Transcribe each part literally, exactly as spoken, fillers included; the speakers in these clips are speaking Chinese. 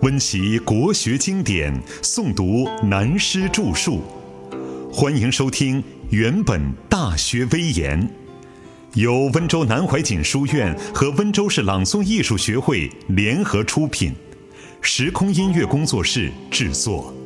温习国学经典，诵读南师著述。欢迎收听原本大学微言，由温州南怀瑾书院和温州市朗诵艺术学会联合出品，时空音乐工作室制作。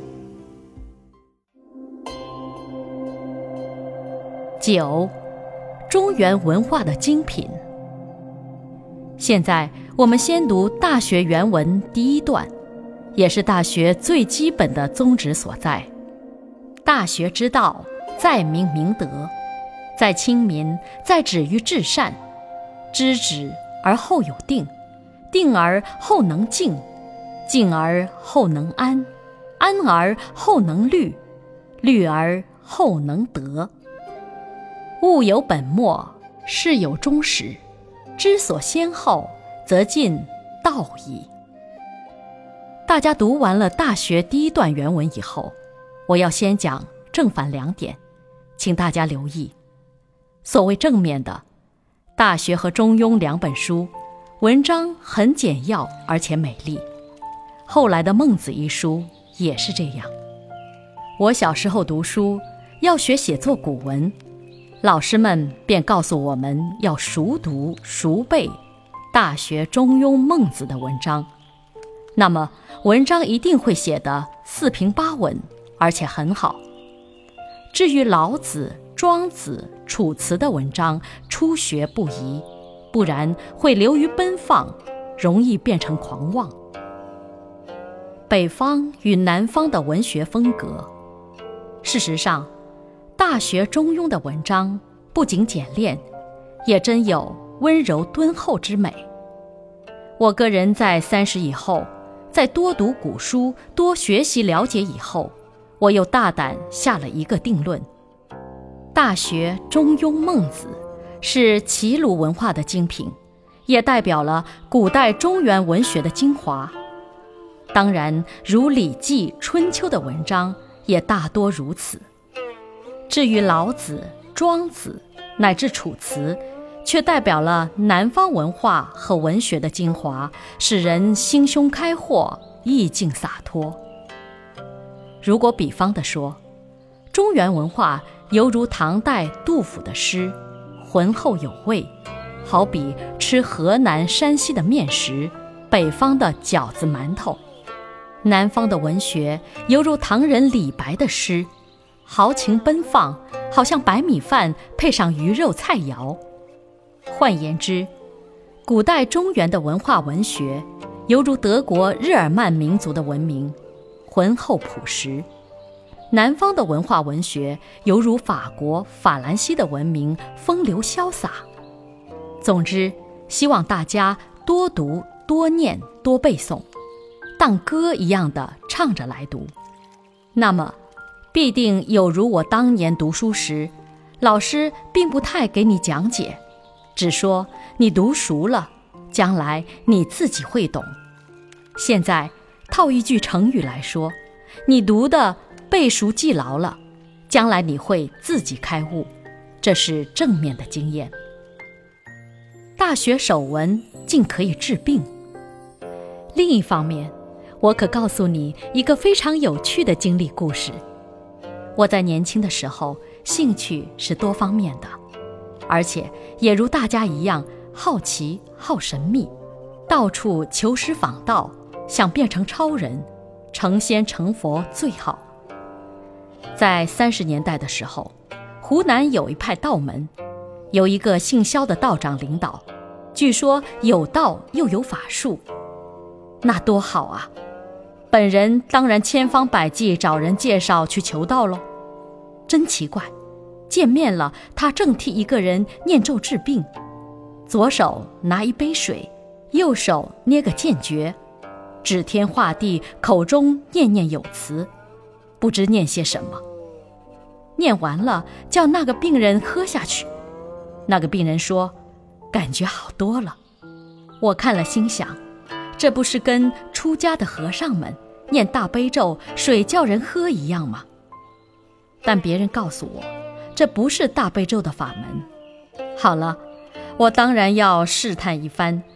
九，中原文化的精品。现在我们先读大学原文第一段，也是大学最基本的宗旨所在。大学之道，在明明德，在亲民，在止于至善。知止而后有定，定而后能静，静而后能安，安而后能虑，虑而后能得。物有本末，事有终始，知所先后，则近道矣。大家读完了大学第一段原文以后，我要先讲正反两点，请大家留意。所谓正面的，大学和中庸两本书文章很简要而且美丽，后来的孟子一书也是这样。我小时候读书要学写作古文，老师们便告诉我们要熟读熟背大学、中庸、孟子的文章，那么文章一定会写得四平八稳，而且很好。至于老子、庄子、楚辞的文章，初学不宜，不然会流于奔放，容易变成狂妄。北方与南方的文学风格，事实上大学、中庸的文章不仅简练，也真有温柔敦厚之美。我个人在三十以后，在多读古书、多学习了解以后，我又大胆下了一个定论：大学、中庸、孟子是齐鲁文化的精品，也代表了古代中原文学的精华。当然，如《礼记》《春秋》的文章也大多如此。至于老子、庄子乃至楚辞，却代表了南方文化和文学的精华，使人心胸开阔，意境洒脱。如果比方地说，中原文化犹如唐代杜甫的诗，浑厚有味，好比吃河南、山西的面食，北方的饺子、馒头；南方的文学犹如唐人李白的诗，豪情奔放，好像白米饭配上鱼肉菜肴。换言之，古代中原的文化文学犹如德国日耳曼民族的文明，浑厚朴实；南方的文化文学犹如法国法兰西的文明，风流潇洒。总之，希望大家多读、多念、多背诵，当歌一样的唱着来读，那么必定有如我当年读书时，老师并不太给你讲解，只说你读熟了，将来你自己会懂。现在套一句成语来说，你读的背熟记牢了，将来你会自己开悟，这是正面的经验。大学首文竟可以治病。另一方面，我可告诉你一个非常有趣的经历故事。我在年轻的时候，兴趣是多方面的，而且也如大家一样好奇、好神秘，到处求师访道，想变成超人，成仙成佛最好。在三十年代的时候，湖南有一派道门，有一个姓萧的道长领导，据说有道又有法术，那多好啊！本人当然千方百计找人介绍去求道咯。真奇怪，见面了，他正替一个人念咒治病，左手拿一杯水，右手捏个剑诀，指天画地，口中念念有词，不知念些什么。念完了，叫那个病人喝下去。那个病人说，感觉好多了。我看了心想，这不是跟出家的和尚们念大悲咒，水叫人喝一样吗？但别人告诉我，这不是大悲咒的法门。好了，我当然要试探一番，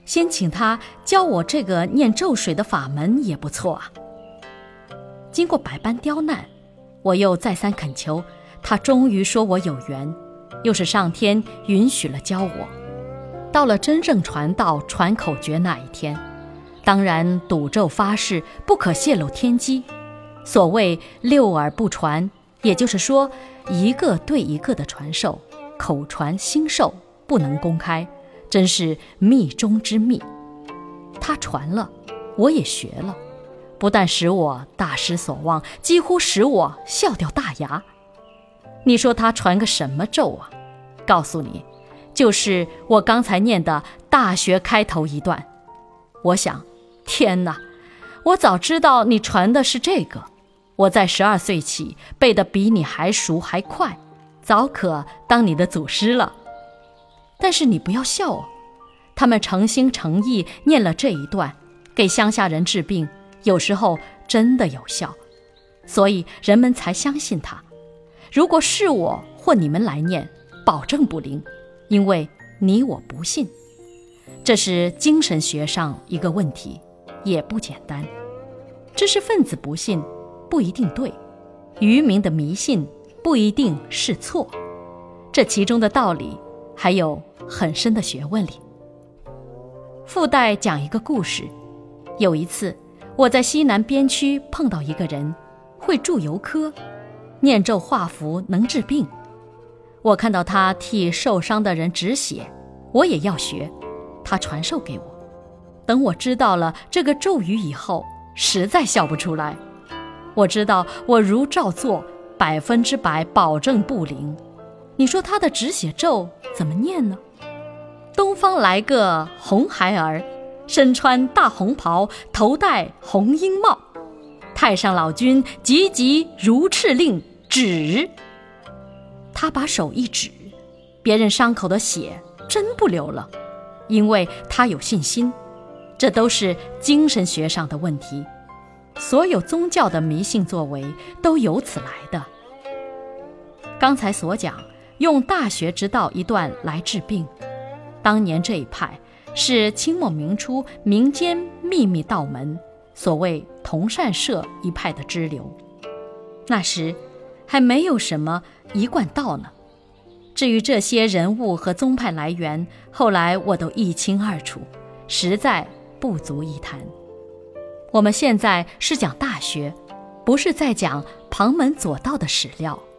先请他教我这个念咒水的法门也不错啊。经过百般刁难，我又再三恳求，他终于说我有缘，又是上天允许了教我。到了真正传道传口诀那一天，当然赌咒发誓不可泄露天机。所谓六耳不传，也就是说一个对一个的传授，口传心授，不能公开，真是密中之密。他传了，我也学了，不但使我大失所望，几乎使我笑掉大牙。你说他传个什么咒啊？告诉你，就是我刚才念的大学开头一段。我想，天哪，我早知道你传的是这个，我在十二岁起背得比你还熟还快，早可当你的祖师了。但是你不要笑哦，他们诚心诚意念了这一段，给乡下人治病，有时候真的有效，所以人们才相信他。如果是我或你们来念，保证不灵，因为你我不信。这是精神学上一个问题，也不简单。知识分子不信不一定对，愚民的迷信不一定是错，这其中的道理还有很深的学问里。附带讲一个故事，有一次我在西南边区碰到一个人，会祝由科，念咒画符能治病。我看到他替受伤的人止血，我也要学，他传授给我。等我知道了这个咒语以后，实在笑不出来。我知道我如照做，百分之百保证不灵。你说他的止血咒怎么念呢？东方来个红孩儿，身穿大红袍，头戴红缨帽，太上老君急急如敕令，止。他把手一指，别人伤口的血真不流了，因为他有信心。这都是精神学上的问题，所有宗教的迷信作为都由此来的。刚才所讲用大学之道一段来治病，当年这一派是清末明初民间秘密道门，所谓同善社一派的支流。那时还没有什么一贯道呢。至于这些人物和宗派来源，后来我都一清二楚，实在不足一谈。我们现在是讲大学，不是在讲旁门左道的史料。